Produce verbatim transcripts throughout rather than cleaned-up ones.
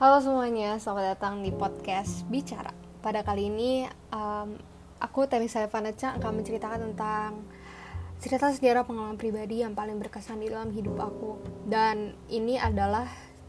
Halo semuanya, selamat datang di podcast Bicara. Pada kali ini, um, aku Tenisa Evaneca akan menceritakan tentang cerita sejarah pengalaman pribadi yang paling berkesan di dalam hidup aku. Dan ini adalah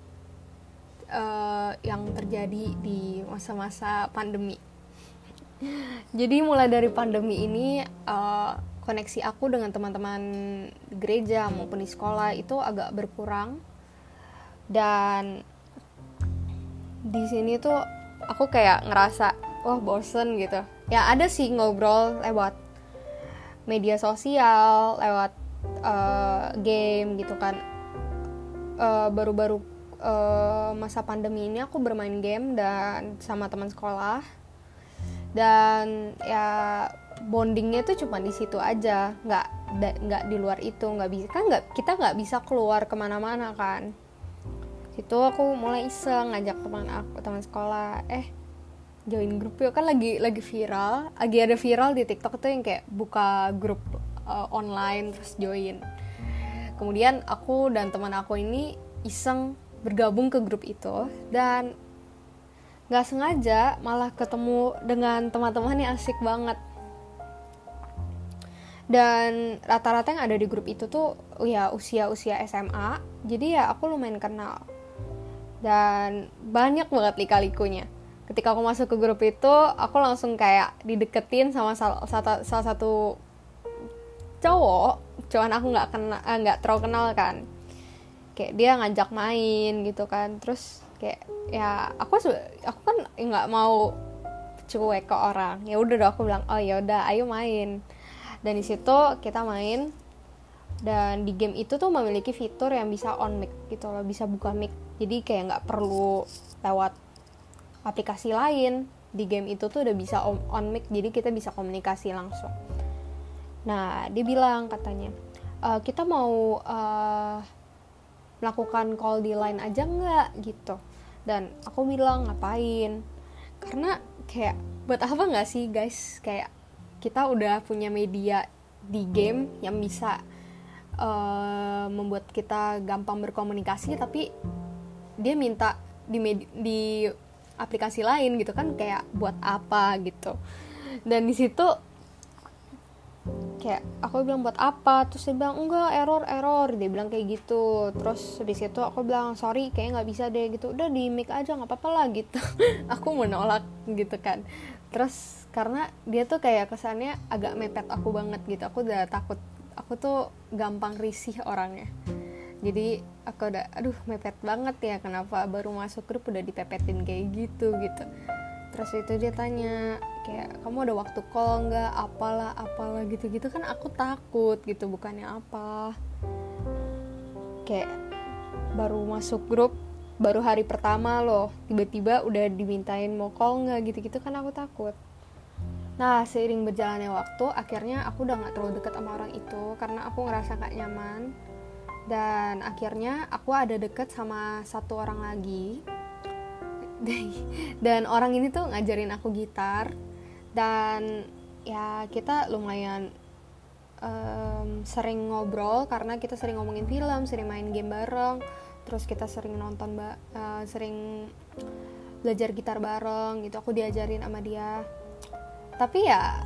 uh, yang terjadi di masa-masa pandemi. Jadi mulai dari pandemi ini, uh, koneksi aku dengan teman-teman gereja maupun di sekolah itu agak berkurang. Dan di sini tuh aku kayak ngerasa wah bosen gitu. Ya ada sih ngobrol lewat media sosial, lewat uh, game gitu kan. Uh, baru-baru uh, masa pandemi ini aku bermain game dan sama teman sekolah. Dan ya bondingnya tuh cuma di situ aja, nggak nggak di luar itu, nggak bisa kan nggak kita nggak bisa keluar kemana-mana kan. Situ aku mulai iseng ngajak teman aku teman sekolah eh join grup yuk, kan lagi lagi viral lagi ada viral di TikTok tuh yang kayak buka grup uh, online terus join. Kemudian aku dan teman aku ini iseng bergabung ke grup itu dan nggak sengaja malah ketemu dengan teman-teman yang asik banget. Dan rata-rata yang ada di grup itu tuh ya usia-usia S M A, jadi ya aku lumayan kenal. Dan banyak banget lika-likunya. Ketika aku masuk ke grup itu, aku langsung kayak dideketin sama salah, salah satu cowok. Cuman aku nggak kenal, nggak terlalu kenal kan. Kayak dia ngajak main gitu kan. Terus kayak ya aku aku kan nggak mau cuek ke orang. Ya udah, aku bilang oh ya udah, ayo main. Dan di situ kita main. Dan di game itu tuh memiliki fitur yang bisa on mic gitu loh, bisa buka mic. Jadi kayak nggak perlu lewat aplikasi lain. Di game itu tuh udah bisa on, on mic, jadi kita bisa komunikasi langsung. Nah, dia bilang katanya, e, kita mau uh, melakukan call di line aja nggak gitu. Dan aku bilang ngapain? Karena kayak buat apa nggak sih guys? Kayak kita udah punya media di game yang bisa Uh, membuat kita gampang berkomunikasi, tapi dia minta di, med- di aplikasi lain gitu kan, kayak buat apa gitu. Dan di situ kayak aku bilang buat apa, terus dia bilang enggak, error error dia bilang kayak gitu. Terus di situ aku bilang sorry kayak nggak bisa deh gitu, udah di mic aja nggak apa-apa lah gitu. Aku menolak gitu kan. Terus karena dia tuh kayak kesannya agak mepet aku banget gitu, aku udah takut. Aku tuh gampang risih orangnya. Jadi aku udah aduh mepet banget ya, kenapa baru masuk grup udah dipepetin kayak gitu gitu. Terus itu dia tanya kayak kamu ada waktu call nggak, apalah apalah gitu-gitu kan. Aku takut gitu, bukannya apa. Kayak baru masuk grup, baru hari pertama loh, tiba-tiba udah dimintain mau call nggak gitu-gitu kan, aku takut. Nah, seiring berjalannya waktu, akhirnya aku udah gak terlalu deket sama orang itu karena aku ngerasa gak nyaman. Dan akhirnya aku ada deket sama satu orang lagi. Dan orang ini tuh ngajarin aku gitar. Dan ya kita lumayan um, sering ngobrol karena kita sering ngomongin film, sering main game bareng. Terus kita sering nonton, ba- uh, sering belajar gitar bareng gitu. Aku diajarin sama dia. Tapi ya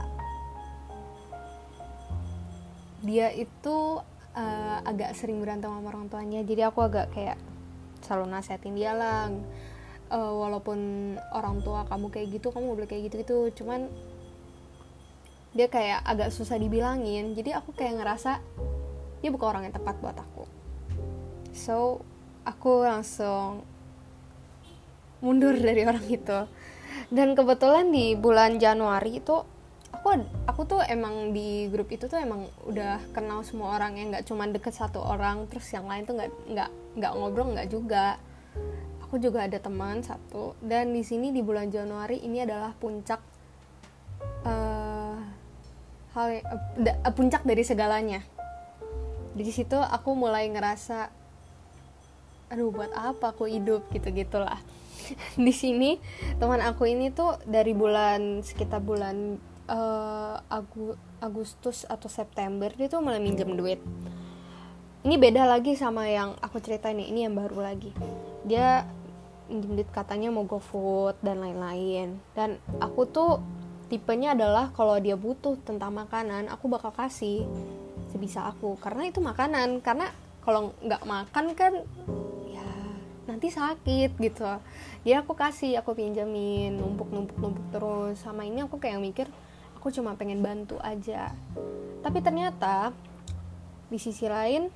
dia itu uh, agak sering berantem sama orang tuanya, jadi aku agak kayak selalu nasihatin dia lah, uh, walaupun orang tua kamu kayak gitu, kamu gak boleh kayak gitu-gitu. Cuman dia kayak agak susah dibilangin, jadi aku kayak ngerasa dia bukan orang yang tepat buat aku. So aku langsung mundur dari orang itu. Dan kebetulan di bulan Januari itu aku aku tuh emang di grup itu tuh emang udah kenal semua orang, yang nggak cuma deket satu orang terus yang lain tuh nggak nggak nggak ngobrol, nggak juga. Aku juga ada teman satu. Dan di sini di bulan Januari ini adalah puncak uh, hal uh, da, uh, puncak dari segalanya. Di situ aku mulai ngerasa aduh buat apa aku hidup gitu gitulah. Di sini teman aku ini tuh dari bulan sekitar bulan uh, Agu, Agustus atau September dia tuh mulai minjem duit. Ini beda lagi sama yang aku ceritain nih, ini yang baru lagi. Dia minjem duit katanya mau GoFood dan lain-lain. Dan aku tuh tipenya adalah kalau dia butuh tentang makanan, aku bakal kasih sebisa aku, karena itu makanan. Karena kalau nggak makan kan ya nanti sakit gitu. Jadi aku kasih, aku pinjemin, numpuk-numpuk-numpuk terus. Sama ini aku kayak mikir aku cuma pengen bantu aja. Tapi ternyata di sisi lain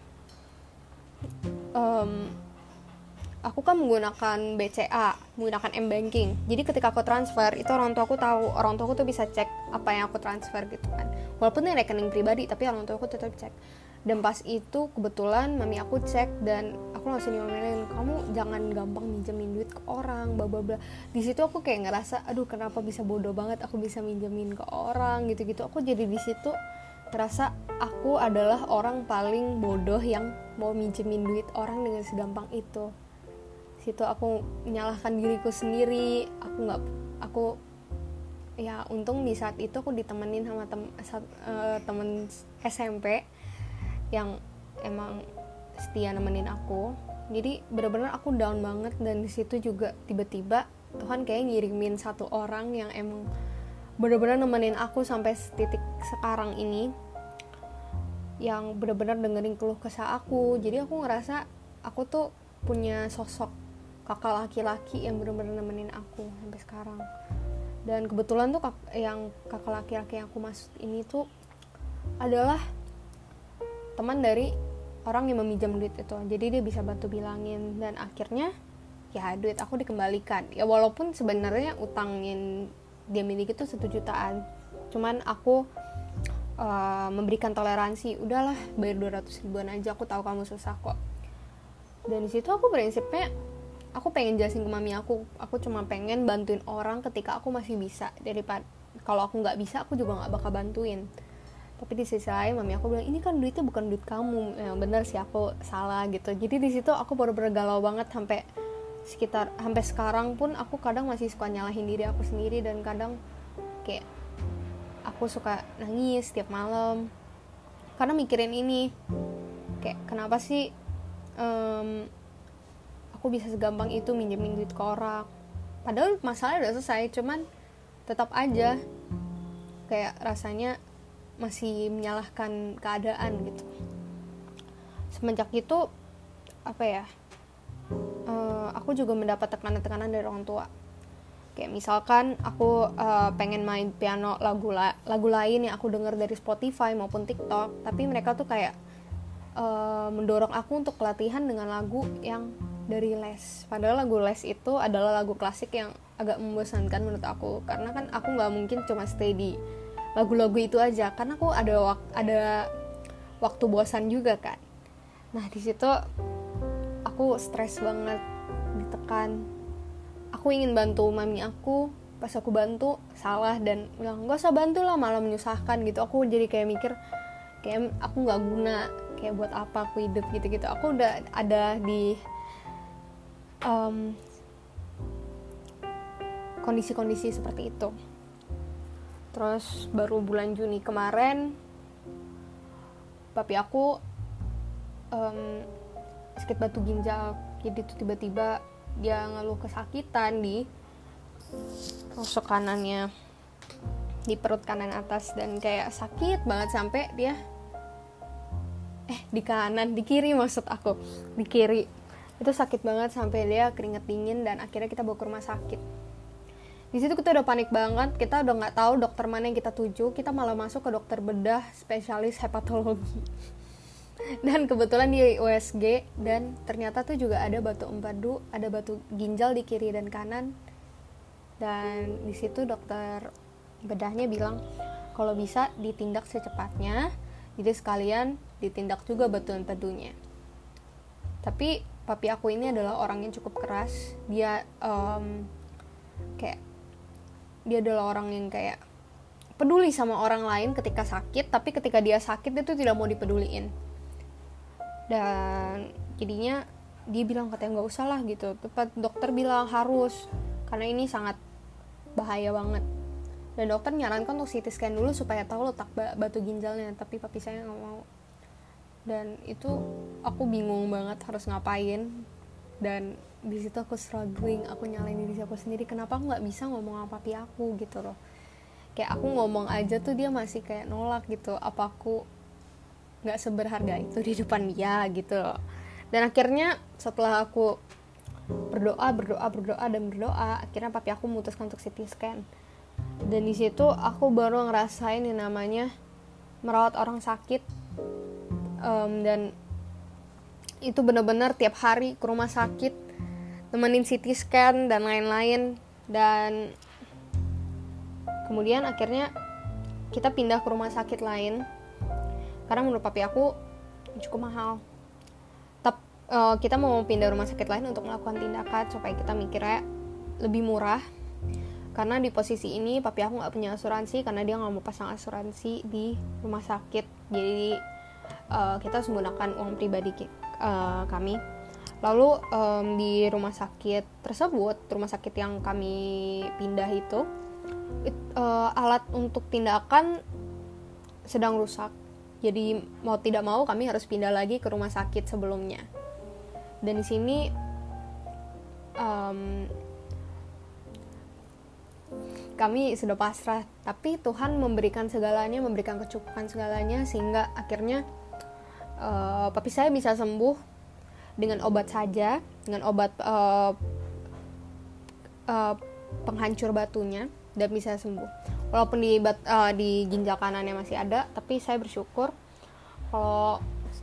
um, aku kan menggunakan B C A, menggunakan M-Banking. Jadi ketika aku transfer, itu orang tua aku tahu, orang tua aku tuh bisa cek apa yang aku transfer gitu kan. Walaupun ini rekening pribadi, tapi orang tua aku tetap cek. Dan pas itu kebetulan mami aku cek dan aku langsung diomelin, kamu jangan gampang minjemin duit ke orang, bla bla bla. Di situ aku kayak ngerasa, aduh kenapa bisa bodoh banget aku bisa minjemin ke orang gitu-gitu. Aku jadi di situ terasa aku adalah orang paling bodoh yang mau minjemin duit orang dengan segampang itu. Situ aku menyalahkan diriku sendiri. Aku nggak, aku ya untung di saat itu aku ditemenin sama tem, uh, temen S M P yang emang setia nemenin aku. Jadi benar-benar aku down banget, dan di situ juga tiba-tiba Tuhan kayak ngirimin satu orang yang emang benar-benar nemenin aku sampai titik sekarang ini, yang benar-benar dengerin keluh kesah aku. Jadi aku ngerasa aku tuh punya sosok kakak laki-laki yang benar-benar nemenin aku sampai sekarang. Dan kebetulan tuh kak, yang kakak laki-laki yang aku maksud ini tuh adalah teman dari orang yang meminjam duit itu. Jadi dia bisa bantu bilangin, dan akhirnya ya duit aku dikembalikan. Ya walaupun sebenarnya utang yang dia miliki itu satu jutaan, cuman aku uh, memberikan toleransi, udahlah bayar dua ratus ribuan aja, aku tahu kamu susah kok. Dan di situ aku prinsipnya aku pengen jelasin ke mami aku, aku cuma pengen bantuin orang ketika aku masih bisa, daripada kalau aku nggak bisa aku juga nggak bakal bantuin. Tapi di sisi lain mami aku bilang, ini kan duitnya bukan duit kamu. Ya benar sih, aku salah gitu. Jadi di situ aku bener-bener galau banget, sampai sekitar sampai sekarang pun aku kadang masih suka nyalahin diri aku sendiri, dan kadang kayak aku suka nangis tiap malam karena mikirin ini, kayak kenapa sih um, aku bisa segampang itu minjemin duit ke orang, padahal masalahnya udah selesai, cuman tetap aja kayak rasanya masih menyalahkan keadaan gitu. Semenjak itu apa ya, uh, aku juga mendapat tekanan-tekanan dari orang tua. Kayak misalkan aku uh, pengen main piano lagu la- lagu lain yang aku dengar dari Spotify maupun TikTok, tapi mereka tuh kayak uh, mendorong aku untuk latihan dengan lagu yang dari les. Padahal lagu les itu adalah lagu klasik yang agak membosankan menurut aku, karena kan aku nggak mungkin cuma stay di lagu-lagu itu aja, karena aku ada wak- ada waktu bosan juga kan. Nah di situ aku stres banget, ditekan. Aku ingin bantu mami aku, pas aku bantu salah dan bilang nggak usah bantu lah, malah menyusahkan gitu. Aku jadi kayak mikir kayak aku nggak guna, kayak buat apa aku hidup gitu-gitu. Aku udah ada di um, kondisi-kondisi seperti itu. Terus baru bulan Juni kemarin papi aku um, sakit batu ginjal. Jadi tuh tiba-tiba dia ngeluh kesakitan di rusuk kanannya, di perut kanan atas, dan kayak sakit banget sampai dia eh di kanan, di kiri maksud aku, di kiri itu sakit banget sampai dia keringet dingin, dan akhirnya kita bawa ke rumah sakit. Di situ kita udah panik banget, kita udah nggak tahu dokter mana yang kita tuju, kita malah masuk ke dokter bedah spesialis hepatologi. Dan kebetulan di U S G, dan ternyata tuh juga ada batu empedu, ada batu ginjal di kiri dan kanan. Dan di situ dokter bedahnya bilang kalau bisa ditindak secepatnya, jadi sekalian ditindak juga batu empedunya. Tapi papi aku ini adalah orang yang cukup keras. Dia um, kayak dia adalah orang yang kayak peduli sama orang lain ketika sakit, tapi ketika dia sakit dia tuh tidak mau dipeduliin. Dan jadinya dia bilang katanya nggak usah lah gitu, tepat dokter bilang harus, karena ini sangat bahaya banget. Dan dokter nyarankan untuk C T scan dulu supaya tahu letak batu ginjalnya, tapi papi saya nggak mau. Dan itu aku bingung banget harus ngapain. Dan di situ aku struggling, aku nyalain diri aku sendiri, kenapa aku nggak bisa ngomong sama papi aku gitu loh. Kayak aku ngomong aja tuh dia masih kayak nolak gitu, apa aku nggak seberharga itu di depan dia gitu loh. Dan akhirnya setelah aku berdoa berdoa berdoa dan berdoa, akhirnya papi aku memutuskan untuk C T scan. Dan di situ aku baru ngerasain yang namanya merawat orang sakit, um, dan itu benar-benar tiap hari ke rumah sakit, nemenin C T scan dan lain-lain. Dan kemudian akhirnya kita pindah ke rumah sakit lain karena menurut papi aku cukup mahal. Tapi uh, kita mau pindah rumah sakit lain untuk melakukan tindakan supaya kita mikirnya lebih murah. Karena di posisi ini papi aku nggak punya asuransi karena dia nggak mau pasang asuransi di rumah sakit. Jadi uh, kita harus menggunakan uang pribadi uh, kami. Lalu um, di rumah sakit tersebut, rumah sakit yang kami pindah itu, it, uh, alat untuk tindakan sedang rusak. Jadi mau tidak mau kami harus pindah lagi ke rumah sakit sebelumnya. Dan di sini um, kami sudah pasrah, tapi Tuhan memberikan segalanya, memberikan kecukupan segalanya, sehingga akhirnya uh, papi saya bisa sembuh dengan obat saja, dengan obat uh, uh, penghancur batunya, dan bisa sembuh. Walaupun di, bat, uh, di ginjal kanannya masih ada, tapi saya bersyukur kalau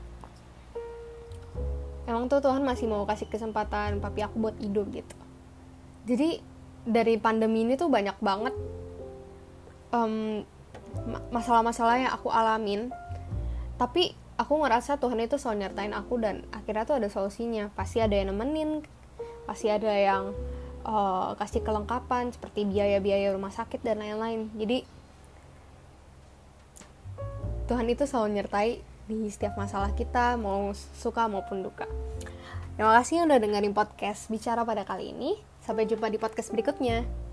emang tuh Tuhan masih mau kasih kesempatan papi aku buat hidup gitu. Jadi dari pandemi ini tuh banyak banget um, masalah-masalah yang aku alamin, tapi aku ngerasa Tuhan itu selalu nyertain aku, dan akhirnya tuh ada solusinya. Pasti ada yang nemenin, pasti ada yang uh, kasih kelengkapan seperti biaya-biaya rumah sakit dan lain-lain. Jadi Tuhan itu selalu nyertai di setiap masalah kita, mau suka maupun duka. Terima kasih udah dengerin podcast Bicara pada kali ini. Sampai jumpa di podcast berikutnya.